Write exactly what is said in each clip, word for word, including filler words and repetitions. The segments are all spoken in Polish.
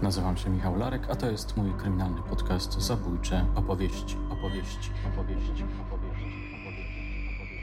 Nazywam się Michał Larek, a to jest mój kryminalny podcast Zabójcze opowieści, opowieści, opowieści, opowieści, opowieści.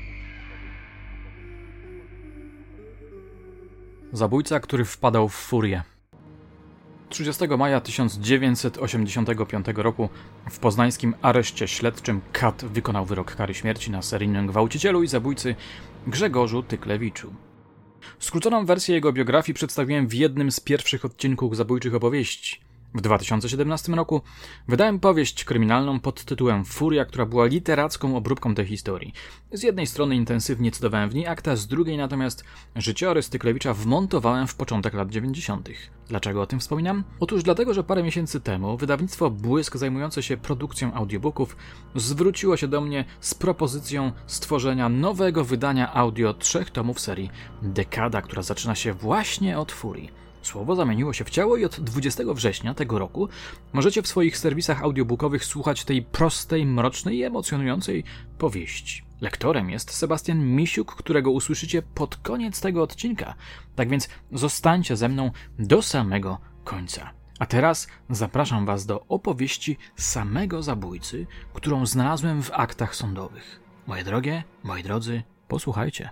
Zabójca, który wpadał w furię. trzydziestego maja tysiąc dziewięćset osiemdziesiątego piątego roku w poznańskim areszcie śledczym K A T wykonał wyrok kary śmierci na seryjnym gwałcicielu i zabójcy Grzegorzu Tyklewiczu. Skróconą wersję jego biografii przedstawiłem w jednym z pierwszych odcinków Zabójczych opowieści. W dwa tysiące siedemnastym roku wydałem powieść kryminalną pod tytułem Furia, która była literacką obróbką tej historii. Z jednej strony intensywnie cytowałem w niej akta, z drugiej natomiast życiorys Tyklewicza wmontowałem w początek lat dziewięćdziesiątych. Dlaczego o tym wspominam? Otóż dlatego, że parę miesięcy temu wydawnictwo Błysk zajmujące się produkcją audiobooków zwróciło się do mnie z propozycją stworzenia nowego wydania audio trzech tomów serii Dekada, która zaczyna się właśnie od Furii. Słowo zamieniło się w ciało i od dwudziestego września tego roku możecie w swoich serwisach audiobookowych słuchać tej prostej, mrocznej i emocjonującej powieści. Lektorem jest Sebastian Misiuk, którego usłyszycie pod koniec tego odcinka. Tak więc zostańcie ze mną do samego końca. A teraz zapraszam was do opowieści samego zabójcy, którą znalazłem w aktach sądowych. Moje drogie, moi drodzy, posłuchajcie.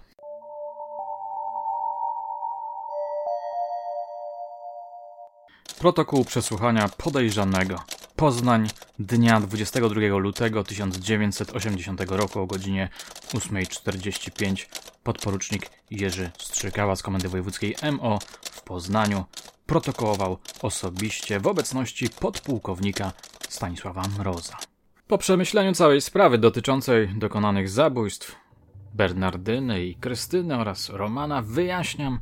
Protokół przesłuchania podejrzanego. Poznań, dnia dwudziestego drugiego lutego tysiąc dziewięćset osiemdziesiątego roku o godzinie ósma czterdzieści pięć. Podporucznik Jerzy Strzykała z Komendy Wojewódzkiej M O w Poznaniu protokołował osobiście w obecności podpułkownika Stanisława Mroza. Po przemyśleniu całej sprawy dotyczącej dokonanych zabójstw Bernardyny i Krystyny oraz Romana wyjaśniam,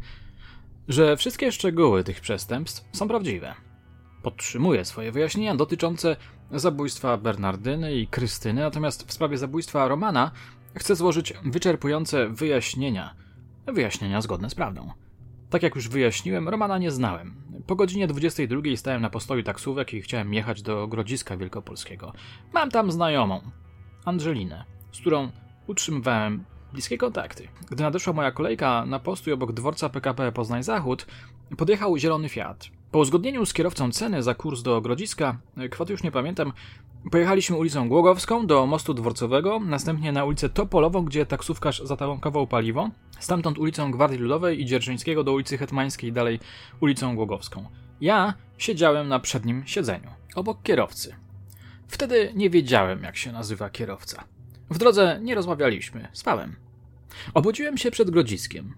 że wszystkie szczegóły tych przestępstw są prawdziwe. Podtrzymuję swoje wyjaśnienia dotyczące zabójstwa Bernardyny i Krystyny, natomiast w sprawie zabójstwa Romana chcę złożyć wyczerpujące wyjaśnienia, wyjaśnienia zgodne z prawdą. Tak jak już wyjaśniłem, Romana nie znałem. Po godzinie dwudziestej drugiej stałem na postoju taksówek i chciałem jechać do Grodziska Wielkopolskiego. Mam tam znajomą, Angelinę, z którą utrzymywałem bliskie kontakty. Gdy nadeszła moja kolejka na postój obok dworca P K P Poznań Zachód, podjechał zielony Fiat. Po uzgodnieniu z kierowcą ceny za kurs do Grodziska, kwoty już nie pamiętam, pojechaliśmy ulicą Głogowską do mostu dworcowego, następnie na ulicę Topolową, gdzie taksówkarz zatankował paliwo, stamtąd ulicą Gwardii Ludowej i Dzierżyńskiego do ulicy Hetmańskiej, dalej ulicą Głogowską. Ja siedziałem na przednim siedzeniu, obok kierowcy. Wtedy nie wiedziałem, jak się nazywa kierowca. W drodze nie rozmawialiśmy, spałem. Obudziłem się przed Grodziskiem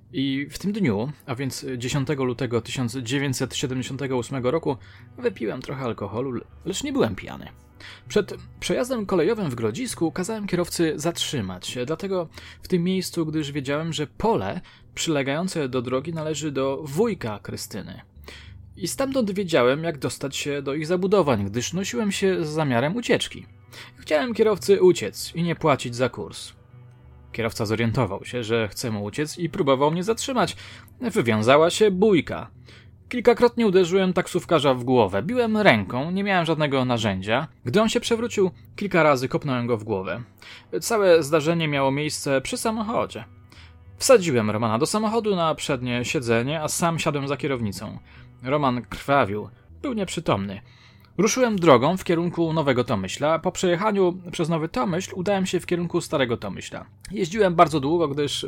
i w tym dniu, a więc dziesiątego lutego tysiąc dziewięćset siedemdziesiątego ósmego roku, wypiłem trochę alkoholu, lecz nie byłem pijany. Przed przejazdem kolejowym w Grodzisku kazałem kierowcy zatrzymać się, dlatego w tym miejscu, gdyż wiedziałem, że pole przylegające do drogi należy do wujka Krystyny. I stamtąd wiedziałem, jak dostać się do ich zabudowań, gdyż nosiłem się z zamiarem ucieczki. Chciałem kierowcy uciec i nie płacić za kurs. Kierowca zorientował się, że chcę mu uciec i próbował mnie zatrzymać. Wywiązała się bójka. Kilkakrotnie uderzyłem taksówkarza w głowę. Biłem ręką, nie miałem żadnego narzędzia. Gdy on się przewrócił, kilka razy kopnąłem go w głowę. Całe zdarzenie miało miejsce przy samochodzie. Wsadziłem Romana do samochodu na przednie siedzenie, a sam siadłem za kierownicą. Roman krwawił. Był nieprzytomny. Ruszyłem drogą w kierunku Nowego Tomyśla. Po przejechaniu przez Nowy Tomyśl udałem się w kierunku Starego Tomyśla. Jeździłem bardzo długo, gdyż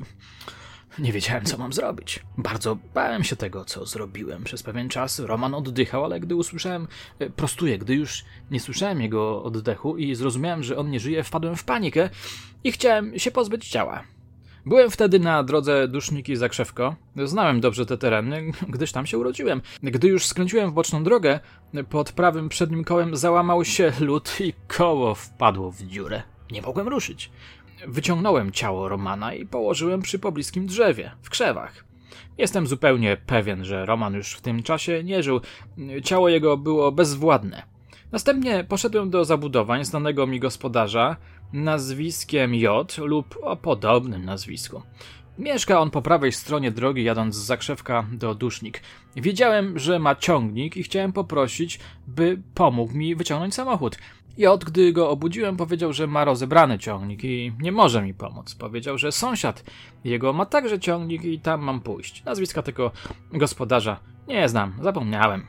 nie wiedziałem, co mam zrobić. Bardzo bałem się tego, co zrobiłem. Przez pewien czas Roman oddychał, ale gdy usłyszałem, prostuję, gdy już nie słyszałem jego oddechu i zrozumiałem, że on nie żyje, wpadłem w panikę i chciałem się pozbyć ciała. Byłem wtedy na drodze Duszniki-Zakrzewko. Znałem dobrze te tereny, gdyż tam się urodziłem. Gdy już skręciłem w boczną drogę, pod prawym przednim kołem załamał się lód i koło wpadło w dziurę. Nie mogłem ruszyć. Wyciągnąłem ciało Romana i położyłem przy pobliskim drzewie, w krzewach. Jestem zupełnie pewien, że Roman już w tym czasie nie żył. Ciało jego było bezwładne. Następnie poszedłem do zabudowań znanego mi gospodarza nazwiskiem J lub o podobnym nazwisku. Mieszka on po prawej stronie drogi, jadąc z Zakrzewka do Dusznik. Wiedziałem, że ma ciągnik i chciałem poprosić, by pomógł mi wyciągnąć samochód. J, gdy go obudziłem, powiedział, że ma rozebrany ciągnik i nie może mi pomóc. Powiedział, że sąsiad jego ma także ciągnik i tam mam pójść. Nazwiska tego gospodarza nie znam, zapomniałem.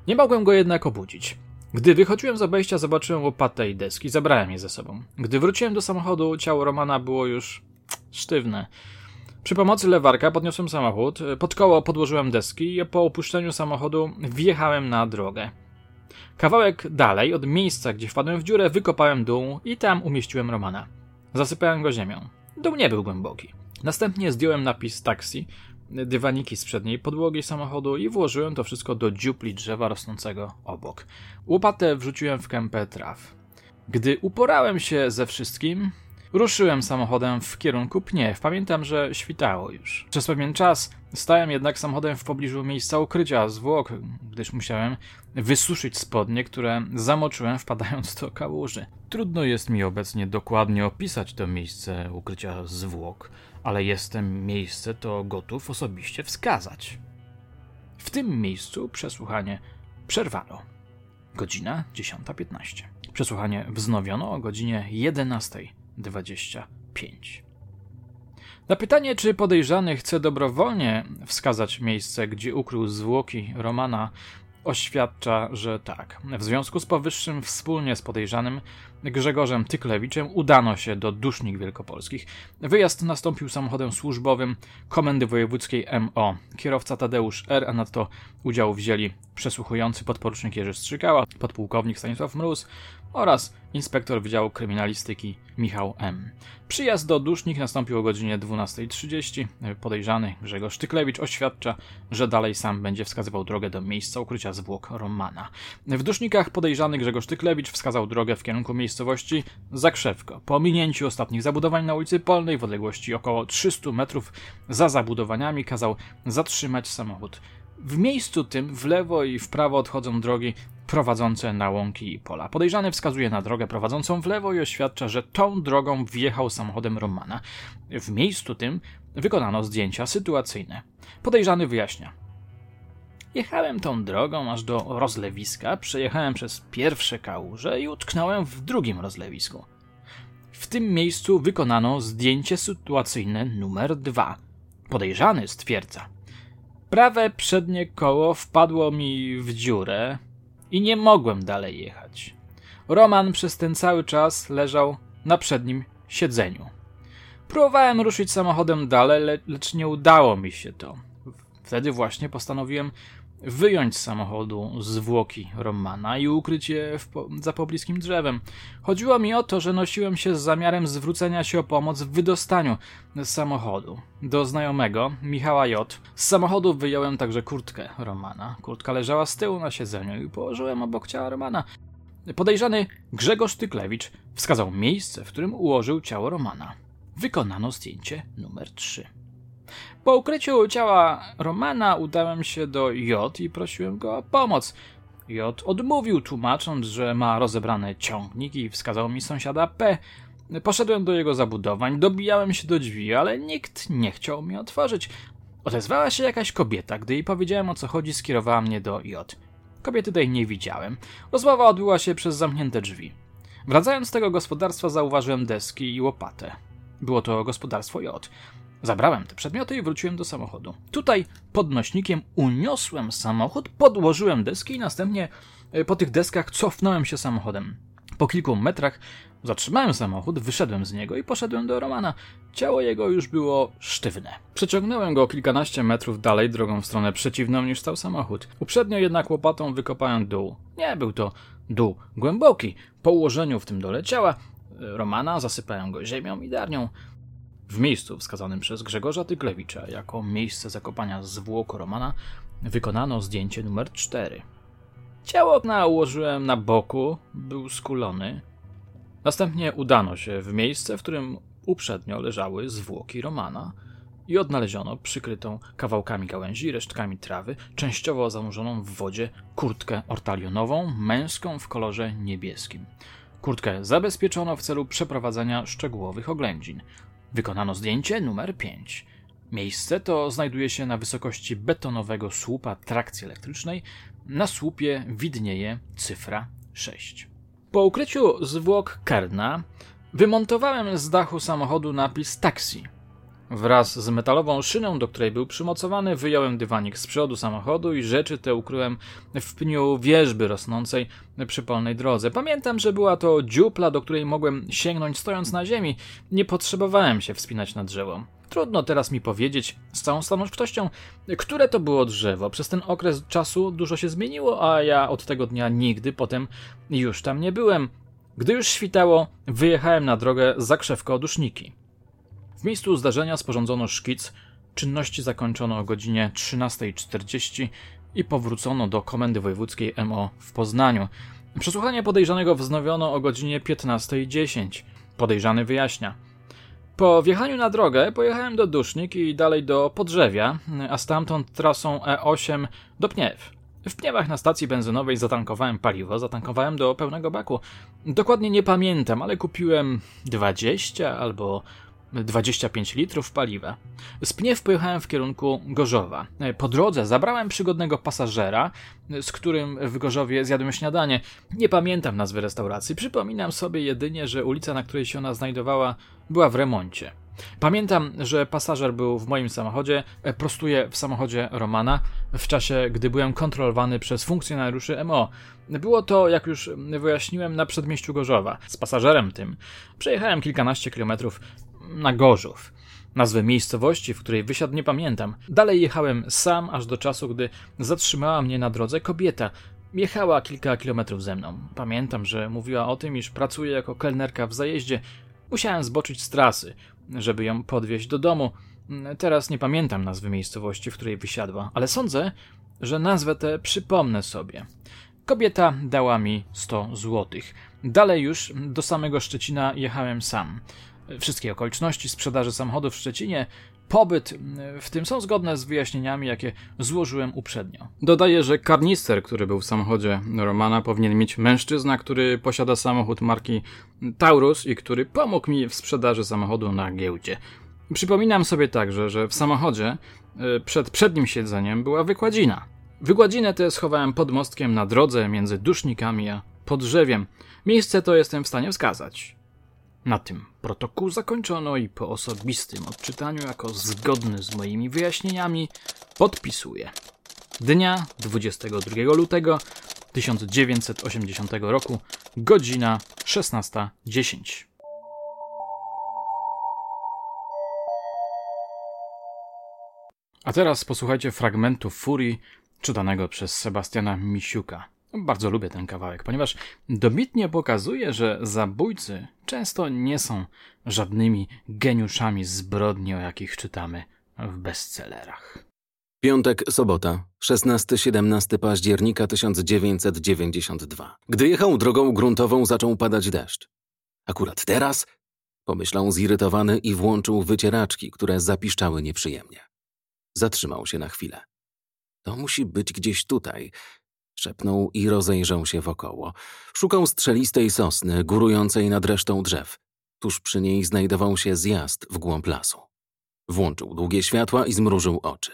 Nie mogłem go jednak obudzić. Gdy wychodziłem z obejścia, zobaczyłem łopatę i deski, zabrałem je ze sobą. Gdy wróciłem do samochodu, ciało Romana było już sztywne. Przy pomocy lewarka podniosłem samochód, pod koło podłożyłem deski i po opuszczeniu samochodu wjechałem na drogę. Kawałek dalej, od miejsca, gdzie wpadłem w dziurę, wykopałem dół i tam umieściłem Romana. Zasypałem go ziemią. Dół nie był głęboki. Następnie zdjąłem napis taksi, dywaniki z przedniej podłogi samochodu i włożyłem to wszystko do dziupli drzewa rosnącego obok. Łopatę wrzuciłem w kępę traw. Gdy uporałem się ze wszystkim, ruszyłem samochodem w kierunku Pniew. Pamiętam, że świtało już. Przez pewien czas stałem jednak samochodem w pobliżu miejsca ukrycia zwłok, gdyż musiałem wysuszyć spodnie, które zamoczyłem wpadając do kałuży. Trudno jest mi obecnie dokładnie opisać to miejsce ukrycia zwłok, ale jestem miejsce to gotów osobiście wskazać. W tym miejscu przesłuchanie przerwano. Godzina dziesiąta piętnaście. Przesłuchanie wznowiono o godzinie jedenasta dwadzieścia pięć. Na pytanie, czy podejrzany chce dobrowolnie wskazać miejsce, gdzie ukrył zwłoki Romana, oświadcza, że tak. W związku z powyższym wspólnie z podejrzanym Grzegorzem Tyklewiczem udano się do Dusznik Wielkopolskich. Wyjazd nastąpił samochodem służbowym Komendy Wojewódzkiej M O. Kierowca Tadeusz R., a nadto udział wzięli przesłuchujący podporucznik Jerzy Strzykała, podpułkownik Stanisław Mróz oraz inspektor Wydziału Kryminalistyki Michał M. Przyjazd do Dusznik nastąpił o godzinie dwunasta trzydzieści. Podejrzany Grzegorz Tyklewicz oświadcza, że dalej sam będzie wskazywał drogę do miejsca ukrycia zwłok Romana. W Dusznikach podejrzany Grzegorz Tyklewicz wskazał drogę w kierunku miejscowości Zakrzewko. Po ominięciu ostatnich zabudowań na ulicy Polnej w odległości około trzysta metrów za zabudowaniami kazał zatrzymać samochód. W miejscu tym w lewo i w prawo odchodzą drogi prowadzące na łąki i pola. Podejrzany wskazuje na drogę prowadzącą w lewo i oświadcza, że tą drogą wjechał samochodem Romana. W miejscu tym wykonano zdjęcia sytuacyjne. Podejrzany wyjaśnia. Jechałem tą drogą aż do rozlewiska, przejechałem przez pierwsze kałuże i utknąłem w drugim rozlewisku. W tym miejscu wykonano zdjęcie sytuacyjne numer dwa. Podejrzany stwierdza. Prawe przednie koło wpadło mi w dziurę i nie mogłem dalej jechać. Roman przez ten cały czas leżał na przednim siedzeniu. Próbowałem ruszyć samochodem dalej, le- lecz nie udało mi się to. Wtedy właśnie postanowiłem wyjąć z samochodu zwłoki Romana i ukryć je w po- za pobliskim drzewem. Chodziło mi o to, że nosiłem się z zamiarem zwrócenia się o pomoc w wydostaniu z samochodu. Do znajomego, Michała J. Z samochodu wyjąłem także kurtkę Romana. Kurtka leżała z tyłu na siedzeniu i położyłem obok ciała Romana. Podejrzany Grzegorz Tyklewicz wskazał miejsce, w którym ułożył ciało Romana. Wykonano zdjęcie numer trzy. Po ukryciu ciała Romana udałem się do J i prosiłem go o pomoc. J odmówił, tłumacząc, że ma rozebrane ciągniki i wskazał mi sąsiada P. Poszedłem do jego zabudowań, dobijałem się do drzwi, ale nikt nie chciał mi otworzyć. Odezwała się jakaś kobieta, gdy jej powiedziałem, o co chodzi, skierowała mnie do J. Kobiety tej nie widziałem. Rozmowa odbyła się przez zamknięte drzwi. Wracając z tego gospodarstwa zauważyłem deski i łopatę. Było to gospodarstwo J. Zabrałem te przedmioty i wróciłem do samochodu. Tutaj podnośnikiem uniosłem samochód, podłożyłem deski i następnie po tych deskach cofnąłem się samochodem. Po kilku metrach zatrzymałem samochód, wyszedłem z niego i poszedłem do Romana. Ciało jego już było sztywne. Przeciągnąłem go kilkanaście metrów dalej drogą w stronę przeciwną niż stał samochód. Uprzednio jednak łopatą wykopałem dół. Nie był to dół głęboki. Po ułożeniu w tym dole ciała Romana zasypałem go ziemią i darnią. W miejscu wskazanym przez Grzegorza Tyklewicza jako miejsce zakopania zwłok Romana wykonano zdjęcie numer cztery. Ciało ułożyłem na boku, był skulony. Następnie udano się w miejsce, w którym uprzednio leżały zwłoki Romana i odnaleziono przykrytą kawałkami gałęzi i resztkami trawy, częściowo zanurzoną w wodzie, kurtkę ortalionową, męską w kolorze niebieskim. Kurtkę zabezpieczono w celu przeprowadzenia szczegółowych oględzin. Wykonano zdjęcie numer pięć. Miejsce to znajduje się na wysokości betonowego słupa trakcji elektrycznej. Na słupie widnieje cyfra sześć. Po ukryciu zwłok Kerna wymontowałem z dachu samochodu napis taksi. Wraz z metalową szyną, do której był przymocowany, wyjąłem dywanik z przodu samochodu i rzeczy te ukryłem w pniu wierzby rosnącej przy polnej drodze. Pamiętam, że była to dziupla, do której mogłem sięgnąć stojąc na ziemi. Nie potrzebowałem się wspinać na drzewo. Trudno teraz mi powiedzieć z całą stanowczością, które to było drzewo. Przez ten okres czasu dużo się zmieniło, a ja od tego dnia nigdy potem już tam nie byłem. Gdy już świtało, wyjechałem na drogę za Krzewko-Duszniki. W miejscu zdarzenia sporządzono szkic, czynności zakończono o godzinie trzynasta czterdzieści i powrócono do Komendy Wojewódzkiej M O w Poznaniu. Przesłuchanie podejrzanego wznowiono o godzinie piętnasta dziesięć. Podejrzany wyjaśnia. Po wjechaniu na drogę pojechałem do Dusznik i dalej do Podrzewia, a stamtąd trasą E osiem do Pniew. W Pniewach na stacji benzynowej zatankowałem paliwo, zatankowałem do pełnego baku. Dokładnie nie pamiętam, ale kupiłem dwadzieścia albo dwadzieścia pięć litrów paliwa. Z Pniew pojechałem w kierunku Gorzowa. Po drodze zabrałem przygodnego pasażera, z którym w Gorzowie zjadłem śniadanie. Nie pamiętam nazwy restauracji, przypominam sobie jedynie, że ulica, na której się ona znajdowała, była w remoncie. Pamiętam, że pasażer był w moim samochodzie, prostuję w samochodzie Romana, w czasie, gdy byłem kontrolowany przez funkcjonariuszy M O. Było to, jak już wyjaśniłem, na przedmieściu Gorzowa. Z pasażerem tym przejechałem kilkanaście kilometrów na Gorzów. Nazwę miejscowości, w której wysiadł, nie pamiętam. Dalej jechałem sam, aż do czasu, gdy zatrzymała mnie na drodze kobieta. Jechała kilka kilometrów ze mną. Pamiętam, że mówiła o tym, iż pracuje jako kelnerka w zajeździe. Musiałem zboczyć z trasy, żeby ją podwieźć do domu. Teraz nie pamiętam nazwy miejscowości, w której wysiadła, ale sądzę, że nazwę tę przypomnę sobie. Kobieta dała mi sto złotych. Dalej już do samego Szczecina jechałem sam. Wszystkie okoliczności sprzedaży samochodu w Szczecinie, pobyt w tym są zgodne z wyjaśnieniami, jakie złożyłem uprzednio. Dodaję, że karnister, który był w samochodzie Romana, powinien mieć mężczyzna, który posiada samochód marki Taurus i który pomógł mi w sprzedaży samochodu na giełdzie. Przypominam sobie także, że w samochodzie przed przednim siedzeniem była wykładzina. Wykładzinę tę schowałem pod mostkiem na drodze między Dusznikami a Podrzewiem. Miejsce to jestem w stanie wskazać. Na tym protokół zakończono i po osobistym odczytaniu, jako zgodny z moimi wyjaśnieniami, podpisuję. Dnia dwudziestego drugiego lutego tysiąc dziewięćset osiemdziesiątego roku, godzina szesnasta dziesięć. A teraz posłuchajcie fragmentu Furii, czytanego przez Sebastiana Misiuka. Bardzo lubię ten kawałek, ponieważ dobitnie pokazuje, że zabójcy często nie są żadnymi geniuszami zbrodni, o jakich czytamy w bestsellerach. Piątek, sobota, szesnastego siedemnastego października tysiąc dziewięćset dziewięćdziesiątego drugiego. Gdy jechał drogą gruntową, zaczął padać deszcz. Akurat teraz? Pomyślał zirytowany i włączył wycieraczki, które zapiszczały nieprzyjemnie. Zatrzymał się na chwilę. To musi być gdzieś tutaj, szepnął i rozejrzał się wokoło. Szukał strzelistej sosny, górującej nad resztą drzew. Tuż przy niej znajdował się zjazd w głąb lasu. Włączył długie światła i zmrużył oczy.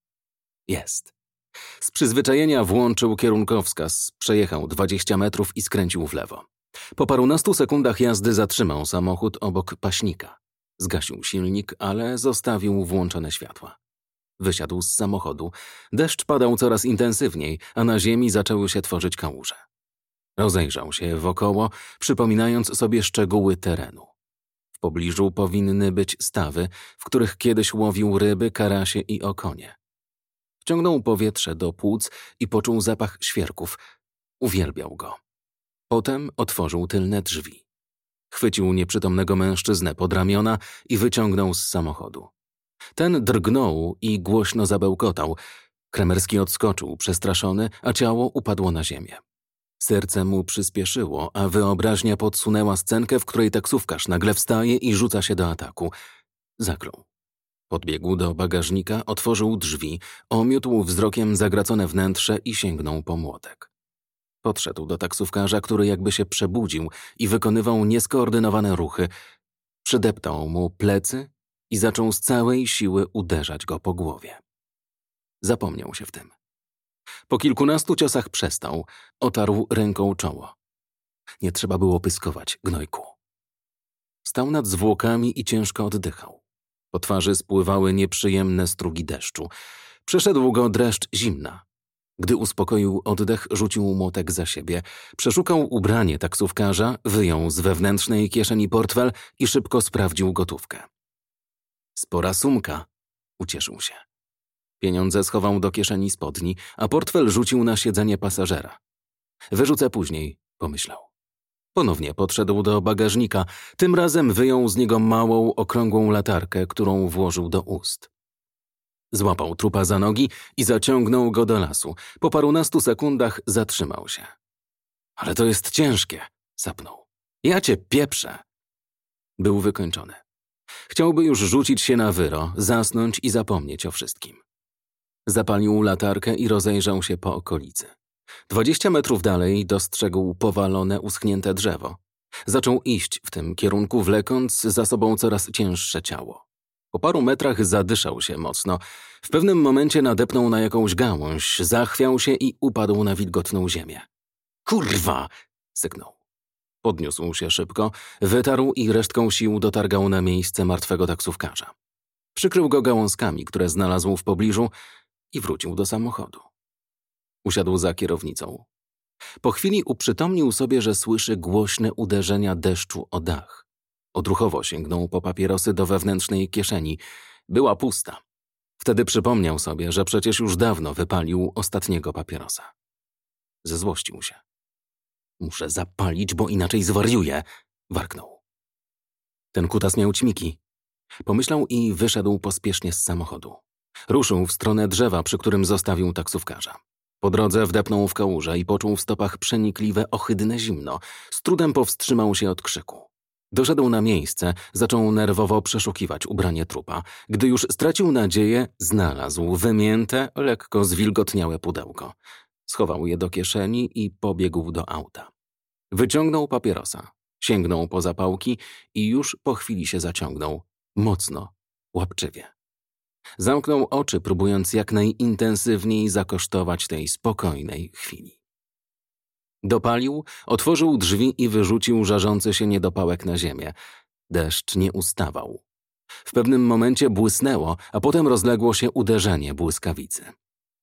Jest. Z przyzwyczajenia włączył kierunkowskaz, przejechał dwadzieścia metrów i skręcił w lewo. Po parunastu sekundach jazdy zatrzymał samochód obok paśnika. Zgasił silnik, ale zostawił włączone światła. Wysiadł z samochodu. Deszcz padał coraz intensywniej, a na ziemi zaczęły się tworzyć kałuże. Rozejrzał się wokoło, przypominając sobie szczegóły terenu. W pobliżu powinny być stawy, w których kiedyś łowił ryby, karasie i okonie. Wciągnął powietrze do płuc i poczuł zapach świerków. Uwielbiał go. Potem otworzył tylne drzwi. Chwycił nieprzytomnego mężczyznę pod ramiona i wyciągnął z samochodu. Ten drgnął i głośno zabełkotał. Kremerski odskoczył, przestraszony, a ciało upadło na ziemię. Serce mu przyspieszyło, a wyobraźnia podsunęła scenkę, w której taksówkarz nagle wstaje i rzuca się do ataku. Zaklął. Podbiegł do bagażnika, otworzył drzwi, omiótł wzrokiem zagracone wnętrze i sięgnął po młotek. Podszedł do taksówkarza, który jakby się przebudził i wykonywał nieskoordynowane ruchy. Przydeptał mu plecy i zaczął z całej siły uderzać go po głowie. Zapomniał się w tym. Po kilkunastu ciosach przestał, otarł ręką czoło. Nie trzeba było pyskować, gnojku. Stał nad zwłokami i ciężko oddychał. Po twarzy spływały nieprzyjemne strugi deszczu. Przeszedł go dreszcz zimna. Gdy uspokoił oddech, rzucił młotek za siebie, przeszukał ubranie taksówkarza, wyjął z wewnętrznej kieszeni portfel i szybko sprawdził gotówkę. Spora sumka, ucieszył się. Pieniądze schował do kieszeni spodni, a portfel rzucił na siedzenie pasażera. Wyrzucę później, pomyślał. Ponownie podszedł do bagażnika, tym razem wyjął z niego małą, okrągłą latarkę, którą włożył do ust. Złapał trupa za nogi i zaciągnął go do lasu. Po parunastu sekundach zatrzymał się. Ale to jest ciężkie, sapnął. Ja cię pieprzę. Był wykończony. Chciałby już rzucić się na wyro, zasnąć i zapomnieć o wszystkim. Zapalił latarkę i rozejrzał się po okolicy. Dwadzieścia metrów dalej dostrzegł powalone, uschnięte drzewo. Zaczął iść w tym kierunku, wlekąc za sobą coraz cięższe ciało. Po paru metrach zadyszał się mocno. W pewnym momencie nadepnął na jakąś gałąź, zachwiał się i upadł na wilgotną ziemię. Kurwa! Syknął. Podniósł się szybko, wytarł i resztką sił dotargał na miejsce martwego taksówkarza. Przykrył go gałązkami, które znalazł w pobliżu i wrócił do samochodu. Usiadł za kierownicą. Po chwili uprzytomnił sobie, że słyszy głośne uderzenia deszczu o dach. Odruchowo sięgnął po papierosy do wewnętrznej kieszeni. Była pusta. Wtedy przypomniał sobie, że przecież już dawno wypalił ostatniego papierosa. Zezłościł się. Muszę zapalić, bo inaczej zwariuję, warknął. Ten kutas miał ćmiki. Pomyślał i wyszedł pospiesznie z samochodu. Ruszył w stronę drzewa, przy którym zostawił taksówkarza. Po drodze wdepnął w kałużę i poczuł w stopach przenikliwe, ohydne zimno. Z trudem powstrzymał się od krzyku. Doszedł na miejsce, zaczął nerwowo przeszukiwać ubranie trupa. Gdy już stracił nadzieję, znalazł wymięte, lekko zwilgotniałe pudełko. Schował je do kieszeni i pobiegł do auta. Wyciągnął papierosa, sięgnął po zapałki i już po chwili się zaciągnął. Mocno, łapczywie. Zamknął oczy, próbując jak najintensywniej zakosztować tej spokojnej chwili. Dopalił, otworzył drzwi i wyrzucił żarzący się niedopałek na ziemię. Deszcz nie ustawał. W pewnym momencie błysnęło, a potem rozległo się uderzenie błyskawicy.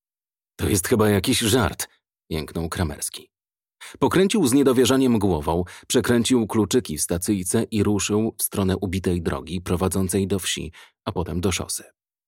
To jest chyba jakiś żart, jęknął Kramerski. Pokręcił z niedowierzaniem głową, przekręcił kluczyki w stacyjce i ruszył w stronę ubitej drogi prowadzącej do wsi, a potem do szosy.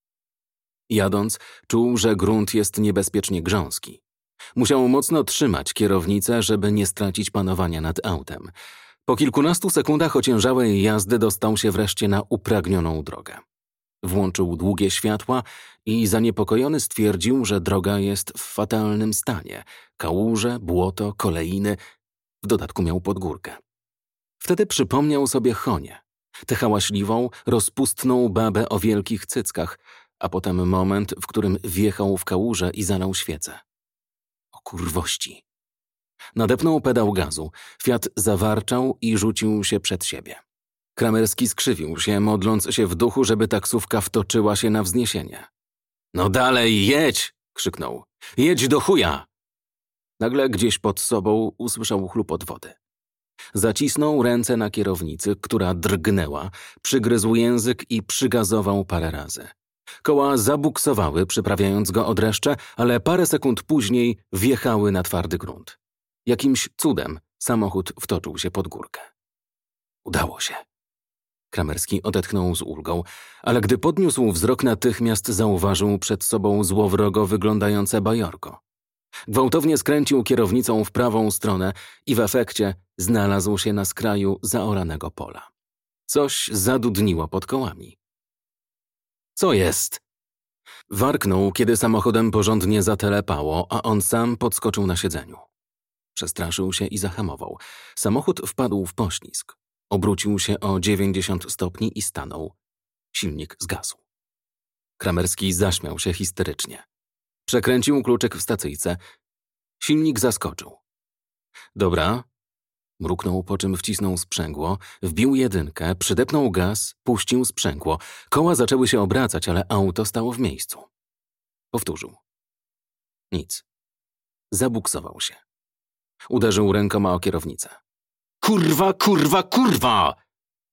Jadąc, czuł, że grunt jest niebezpiecznie grząski. Musiał mocno trzymać kierownicę, żeby nie stracić panowania nad autem. Po kilkunastu sekundach ociężałej jazdy dostał się wreszcie na upragnioną drogę. Włączył długie światła i zaniepokojony stwierdził, że droga jest w fatalnym stanie. Kałuże, błoto, kolejny, w dodatku miał podgórkę. Wtedy przypomniał sobie Honię, tę hałaśliwą, rozpustną babę o wielkich cyckach, a potem moment, w którym wjechał w kałużę i zalał świecę. O kurwości. Nadepnął pedał gazu, Fiat zawarczał i rzucił się przed siebie. Kramerski skrzywił się, modląc się w duchu, żeby taksówka wtoczyła się na wzniesienie. No dalej, jedź! Krzyknął. Jedź do chuja! Nagle gdzieś pod sobą usłyszał chlupot wody. Zacisnął ręce na kierownicy, która drgnęła, przygryzł język i przygazował parę razy. Koła zabuksowały, przyprawiając go o dreszcze, ale parę sekund później wjechały na twardy grunt. Jakimś cudem samochód wtoczył się pod górkę. Udało się. Kramerski odetchnął z ulgą, ale gdy podniósł wzrok, natychmiast zauważył przed sobą złowrogo wyglądające bajorko. Gwałtownie skręcił kierownicą w prawą stronę i w efekcie znalazł się na skraju zaoranego pola. Coś zadudniło pod kołami. Co jest? Warknął, kiedy samochodem porządnie zatelepało, a on sam podskoczył na siedzeniu. Przestraszył się i zahamował. Samochód wpadł w poślizg. Obrócił się o dziewięćdziesiąt stopni i stanął. Silnik zgasł. Kramerski zaśmiał się histerycznie. Przekręcił kluczyk w stacyjce. Silnik zaskoczył. Dobra. Mruknął, po czym wcisnął sprzęgło, wbił jedynkę, przydepnął gaz, puścił sprzęgło. Koła zaczęły się obracać, ale auto stało w miejscu. Powtórzył. Nic. Zabuksował się. Uderzył rękoma o kierownicę. Kurwa, kurwa, kurwa!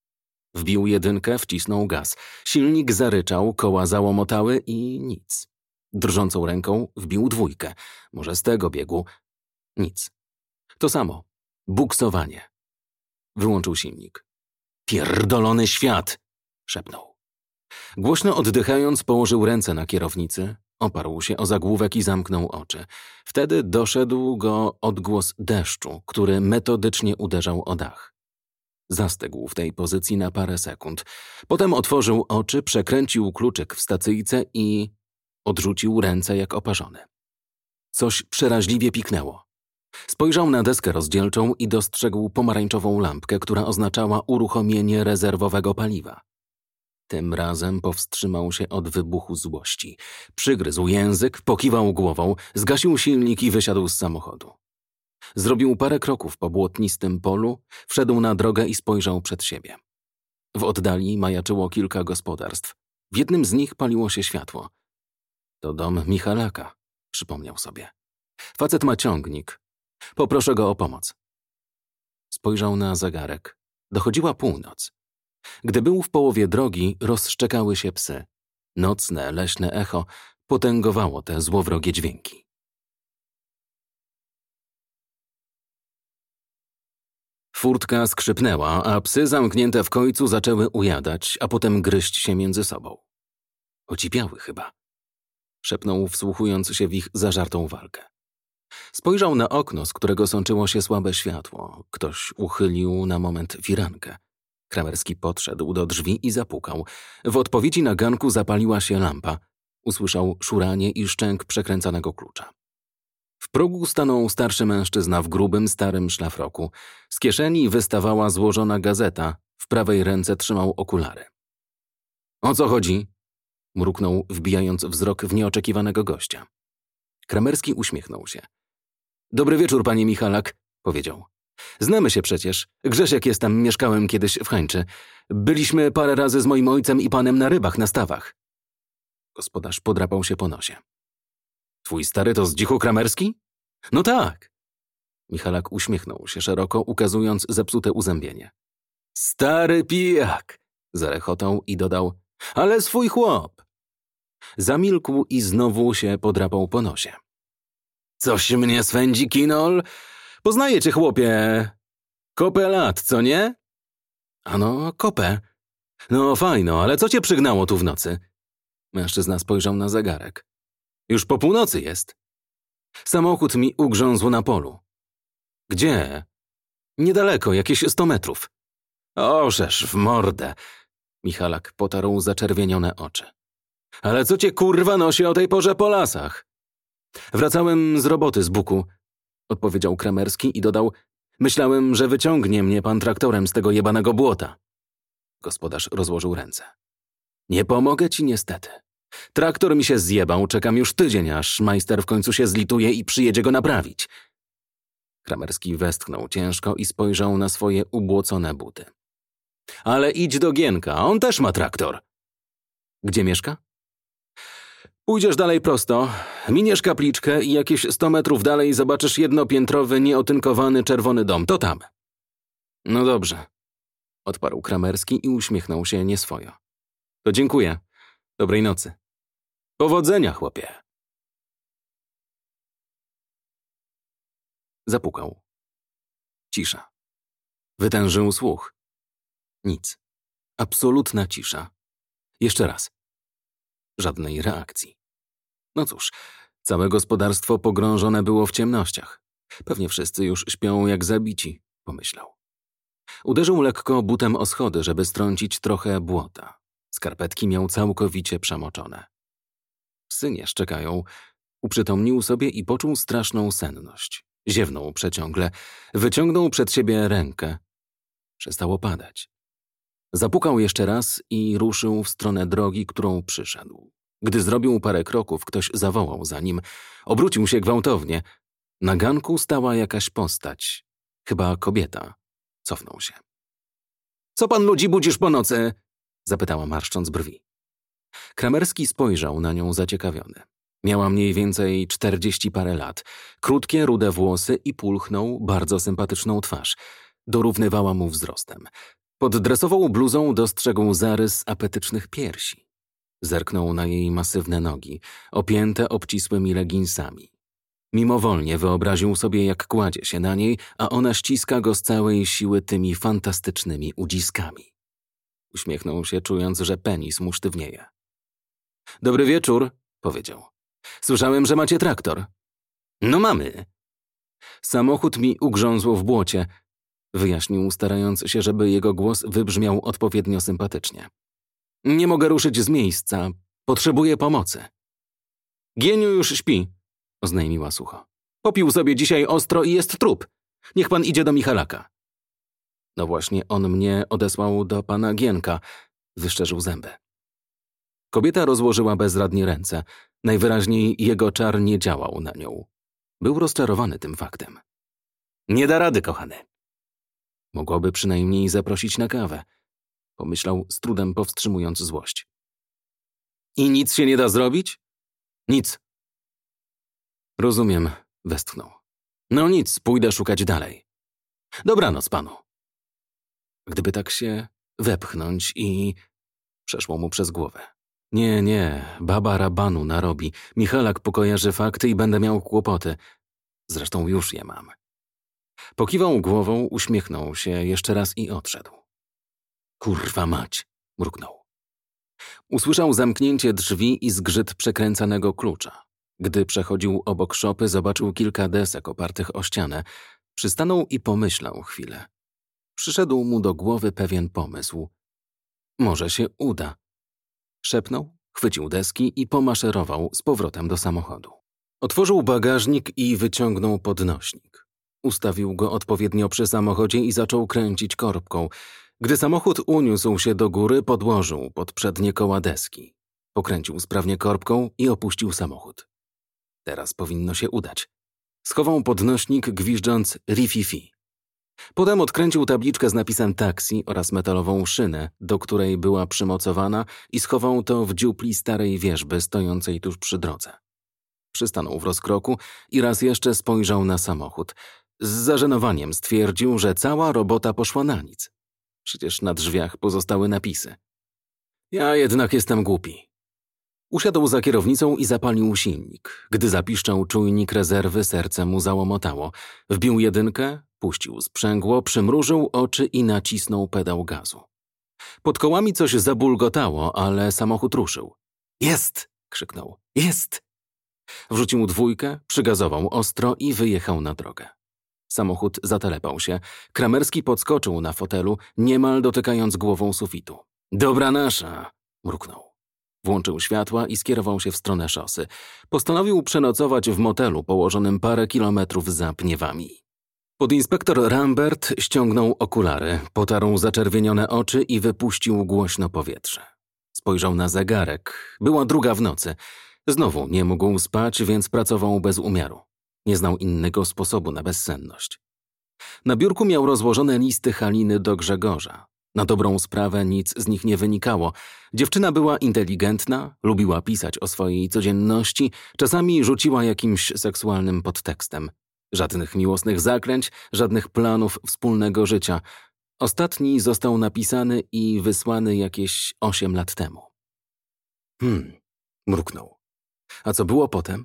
Wbił jedynkę, wcisnął gaz. Silnik zaryczał, koła załomotały i nic. Drżącą ręką wbił dwójkę. Może z tego biegu. Nic. To samo. Buksowanie. Wyłączył silnik. Pierdolony świat! Szepnął. Głośno oddychając, położył ręce na kierownicy, oparł się o zagłówek i zamknął oczy. Wtedy doszedł go odgłos deszczu, który metodycznie uderzał o dach. Zastygł w tej pozycji na parę sekund. Potem otworzył oczy, przekręcił kluczyk w stacyjce i odrzucił ręce jak oparzony. Coś przeraźliwie piknęło. Spojrzał na deskę rozdzielczą i dostrzegł pomarańczową lampkę, która oznaczała uruchomienie rezerwowego paliwa. Tym razem powstrzymał się od wybuchu złości. Przygryzł język, pokiwał głową, zgasił silnik i wysiadł z samochodu. Zrobił parę kroków po błotnistym polu, wszedł na drogę i spojrzał przed siebie. W oddali majaczyło kilka gospodarstw. W jednym z nich paliło się światło. To dom Michalaka, przypomniał sobie. Facet ma ciągnik. Poproszę go o pomoc. Spojrzał na zegarek. Dochodziła północ. Gdy był w połowie drogi, rozszczekały się psy. Nocne, leśne echo potęgowało te złowrogie dźwięki. Furtka skrzypnęła, a psy zamknięte w końcu zaczęły ujadać, a potem gryźć się między sobą. Ocipiały chyba. Szepnął, wsłuchując się w ich zażartą walkę. Spojrzał na okno, z którego sączyło się słabe światło. Ktoś uchylił na moment firankę. Kramerski podszedł do drzwi i zapukał. W odpowiedzi na ganku zapaliła się lampa. Usłyszał szuranie i szczęk przekręcanego klucza. W progu stanął starszy mężczyzna w grubym, starym szlafroku. Z kieszeni wystawała złożona gazeta. W prawej ręce trzymał okulary. — O co chodzi? — mruknął, wbijając wzrok w nieoczekiwanego gościa. Kramerski uśmiechnął się. — Dobry wieczór, panie Michalak — powiedział. — Znamy się przecież. Grzesiek jestem, mieszkałem kiedyś w Hańczy. Byliśmy parę razy z moim ojcem i panem na rybach na stawach. Gospodarz podrapał się po nosie. — Twój stary to Zdzichu Kramerski? — No tak. Michalak uśmiechnął się szeroko, ukazując zepsute uzębienie. — Stary pijak! — zarechotał i dodał. — Ale swój chłop! Zamilkł i znowu się podrapał po nosie. — Coś mnie swędzi, kinol? Poznaję cię, chłopie. Kopę lat, co nie? — Ano, kopę. — No fajno, ale co cię przygnało tu w nocy? Mężczyzna spojrzał na zegarek. — Już po północy jest. Samochód mi ugrzązł na polu. — Gdzie? — Niedaleko, jakieś sto metrów. — Ożesz w mordę. Michalak potarł zaczerwienione oczy. — Ale co cię kurwa nosi o tej porze po lasach? — Wracałem z roboty z Buku — odpowiedział Kramerski i dodał. — Myślałem, że wyciągnie mnie pan traktorem z tego jebanego błota. Gospodarz rozłożył ręce. — Nie pomogę ci niestety. Traktor mi się zjebał, czekam już tydzień, aż majster w końcu się zlituje i przyjedzie go naprawić. Kramerski westchnął ciężko i spojrzał na swoje ubłocone buty. — Ale idź do Gienka, on też ma traktor. — Gdzie mieszka? — Pójdziesz dalej prosto, miniesz kapliczkę i jakieś sto metrów dalej zobaczysz jednopiętrowy, nieotynkowany czerwony dom. To tam. — No dobrze — odparł Kramerski i uśmiechnął się nieswojo. — To dziękuję. Dobrej nocy. — Powodzenia, chłopie. Zapukał. Cisza. Wytężył słuch. Nic. Absolutna cisza. Jeszcze raz. Żadnej reakcji. No cóż, całe gospodarstwo pogrążone było w ciemnościach. Pewnie wszyscy już śpią jak zabici, pomyślał. Uderzył lekko butem o schody, żeby strącić trochę błota. Skarpetki miał całkowicie przemoczone. Psy nie szczekają. Uprzytomnił sobie i poczuł straszną senność. Ziewnął przeciągle. Wyciągnął przed siebie rękę. Przestało padać. Zapukał jeszcze raz i ruszył w stronę drogi, którą przyszedł. Gdy zrobił parę kroków, ktoś zawołał za nim. Obrócił się gwałtownie. Na ganku stała jakaś postać. Chyba kobieta. Cofnął się. — Co pan ludzi budzisz po nocy? — zapytała marszcząc brwi. Kramerski spojrzał na nią zaciekawiony. Miała mniej więcej czterdzieści parę lat. Krótkie, rude włosy i pulchną, bardzo sympatyczną twarz. Dorównywała mu wzrostem. Pod dresową bluzą dostrzegł zarys apetycznych piersi. Zerknął na jej masywne nogi, opięte obcisłymi leginsami. Mimowolnie wyobraził sobie, jak kładzie się na niej, a ona ściska go z całej siły tymi fantastycznymi udziskami. Uśmiechnął się, czując, że penis mu sztywnieje. Dobry wieczór, powiedział. Słyszałem, że macie traktor. No mamy. Samochód mi ugrzązł w błocie, wyjaśnił, starając się, żeby jego głos wybrzmiał odpowiednio sympatycznie. Nie mogę ruszyć z miejsca. Potrzebuję pomocy. Gieniu już śpi, oznajmiła sucho. Popił sobie dzisiaj ostro i jest trup. Niech pan idzie do Michalaka. No właśnie on mnie odesłał do pana Gienka, wyszczerzył zęby. Kobieta rozłożyła bezradnie ręce. Najwyraźniej jego czar nie działał na nią. Był rozczarowany tym faktem. Nie da rady, kochany. Mogłoby przynajmniej zaprosić na kawę, pomyślał, z trudem powstrzymując złość. I nic się nie da zrobić? Nic. Rozumiem, westchnął. No nic, pójdę szukać dalej. Dobranoc panu. Gdyby tak się wepchnąć i... Przeszło mu przez głowę. Nie, nie, baba rabanu narobi. Michalak pokojarzy fakty i będę miał kłopoty. Zresztą już je mam. Pokiwał głową, uśmiechnął się jeszcze raz i odszedł. Kurwa mać, mruknął. Usłyszał zamknięcie drzwi i zgrzyt przekręcanego klucza. Gdy przechodził obok szopy, zobaczył kilka desek opartych o ścianę. Przystanął i pomyślał chwilę. Przyszedł mu do głowy pewien pomysł. Może się uda. Szepnął, chwycił deski i pomaszerował z powrotem do samochodu. Otworzył bagażnik i wyciągnął podnośnik. Ustawił go odpowiednio przy samochodzie i zaczął kręcić korbką. Gdy samochód uniósł się do góry, podłożył pod przednie koła deski. Pokręcił sprawnie korbką i opuścił samochód. Teraz powinno się udać. Schował podnośnik, gwiżdżąc rififi. Potem odkręcił tabliczkę z napisem taksi oraz metalową szynę, do której była przymocowana, i schował to w dziupli starej wierzby stojącej tuż przy drodze. Przystanął w rozkroku i raz jeszcze spojrzał na samochód. Z zażenowaniem stwierdził, że cała robota poszła na nic. Przecież na drzwiach pozostały napisy. Ja jednak jestem głupi. Usiadł za kierownicą i zapalił silnik. Gdy zapiszczał czujnik rezerwy, serce mu załomotało. Wbił jedynkę, puścił sprzęgło, przymrużył oczy i nacisnął pedał gazu. Pod kołami coś zabulgotało, ale samochód ruszył. Jest! Krzyknął. Jest! Wrzucił dwójkę, przygazował ostro i wyjechał na drogę. Samochód zatelepał się. Kramerski podskoczył na fotelu, niemal dotykając głową sufitu. Dobra nasza! Mruknął. Włączył światła i skierował się w stronę szosy. Postanowił przenocować w motelu położonym parę kilometrów za Pniewami. Podinspektor Rambert ściągnął okulary, potarł zaczerwienione oczy i wypuścił głośno powietrze. Spojrzał na zegarek. Była druga w nocy. Znowu nie mógł spać, więc pracował bez umiaru. Nie znał innego sposobu na bezsenność. Na biurku miał rozłożone listy Haliny do Grzegorza. Na dobrą sprawę nic z nich nie wynikało. Dziewczyna była inteligentna, lubiła pisać o swojej codzienności, czasami rzuciła jakimś seksualnym podtekstem. Żadnych miłosnych zaklęć, żadnych planów wspólnego życia. Ostatni został napisany i wysłany jakieś osiem lat temu. Hmm, mruknął. A co było potem?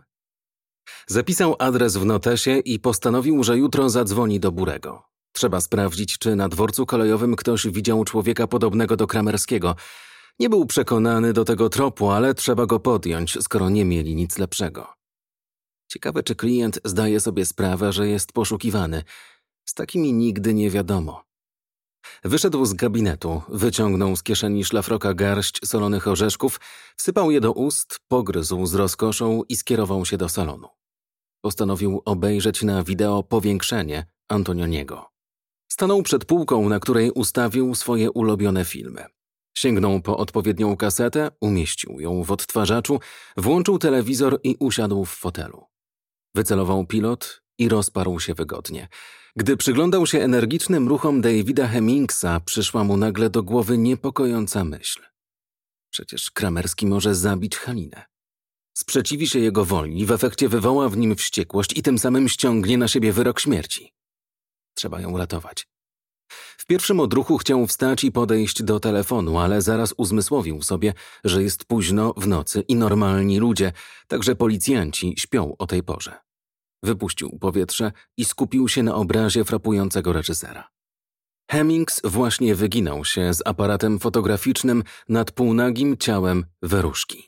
Zapisał adres w notesie i postanowił, że jutro zadzwoni do Burego. Trzeba sprawdzić, czy na dworcu kolejowym ktoś widział człowieka podobnego do Kramerskiego. Nie był przekonany do tego tropu, ale trzeba go podjąć, skoro nie mieli nic lepszego. Ciekawe, czy klient zdaje sobie sprawę, że jest poszukiwany. Z takimi nigdy nie wiadomo. Wyszedł z gabinetu, wyciągnął z kieszeni szlafroka garść solonych orzeszków, wsypał je do ust, pogryzł z rozkoszą i skierował się do salonu. Postanowił obejrzeć na wideo powiększenie Antonioniego. Stanął przed półką, na której ustawił swoje ulubione filmy. Sięgnął po odpowiednią kasetę, umieścił ją w odtwarzaczu, włączył telewizor i usiadł w fotelu. Wycelował pilot i rozparł się wygodnie. Gdy przyglądał się energicznym ruchom Davida Hemmingsa, przyszła mu nagle do głowy niepokojąca myśl. Przecież Kramerski może zabić Halinę. Sprzeciwi się jego woli, w efekcie wywoła w nim wściekłość i tym samym ściągnie na siebie wyrok śmierci. Trzeba ją ratować. W pierwszym odruchu chciał wstać i podejść do telefonu, ale zaraz uzmysłowił sobie, że jest późno w nocy i normalni ludzie, także policjanci śpią o tej porze. Wypuścił powietrze i skupił się na obrazie frapującego reżysera. Hemmings właśnie wyginał się z aparatem fotograficznym nad półnagim ciałem Weruszki.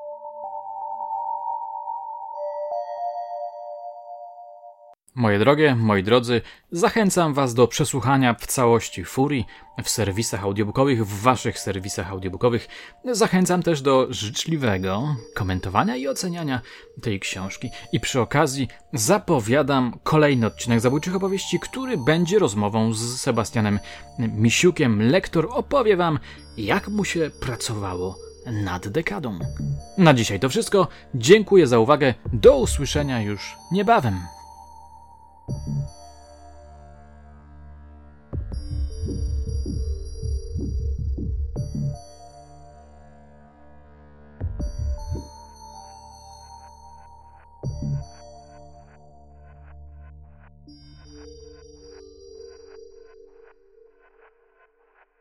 Moje drogie, moi drodzy, zachęcam Was do przesłuchania w całości Furii w serwisach audiobookowych, w Waszych serwisach audiobookowych. Zachęcam też do życzliwego komentowania i oceniania tej książki. I przy okazji zapowiadam kolejny odcinek Zabójczych Opowieści, który będzie rozmową z Sebastianem Misiukiem. Lektor opowie Wam, jak mu się pracowało nad dekadą. Na dzisiaj to wszystko. Dziękuję za uwagę. Do usłyszenia już niebawem.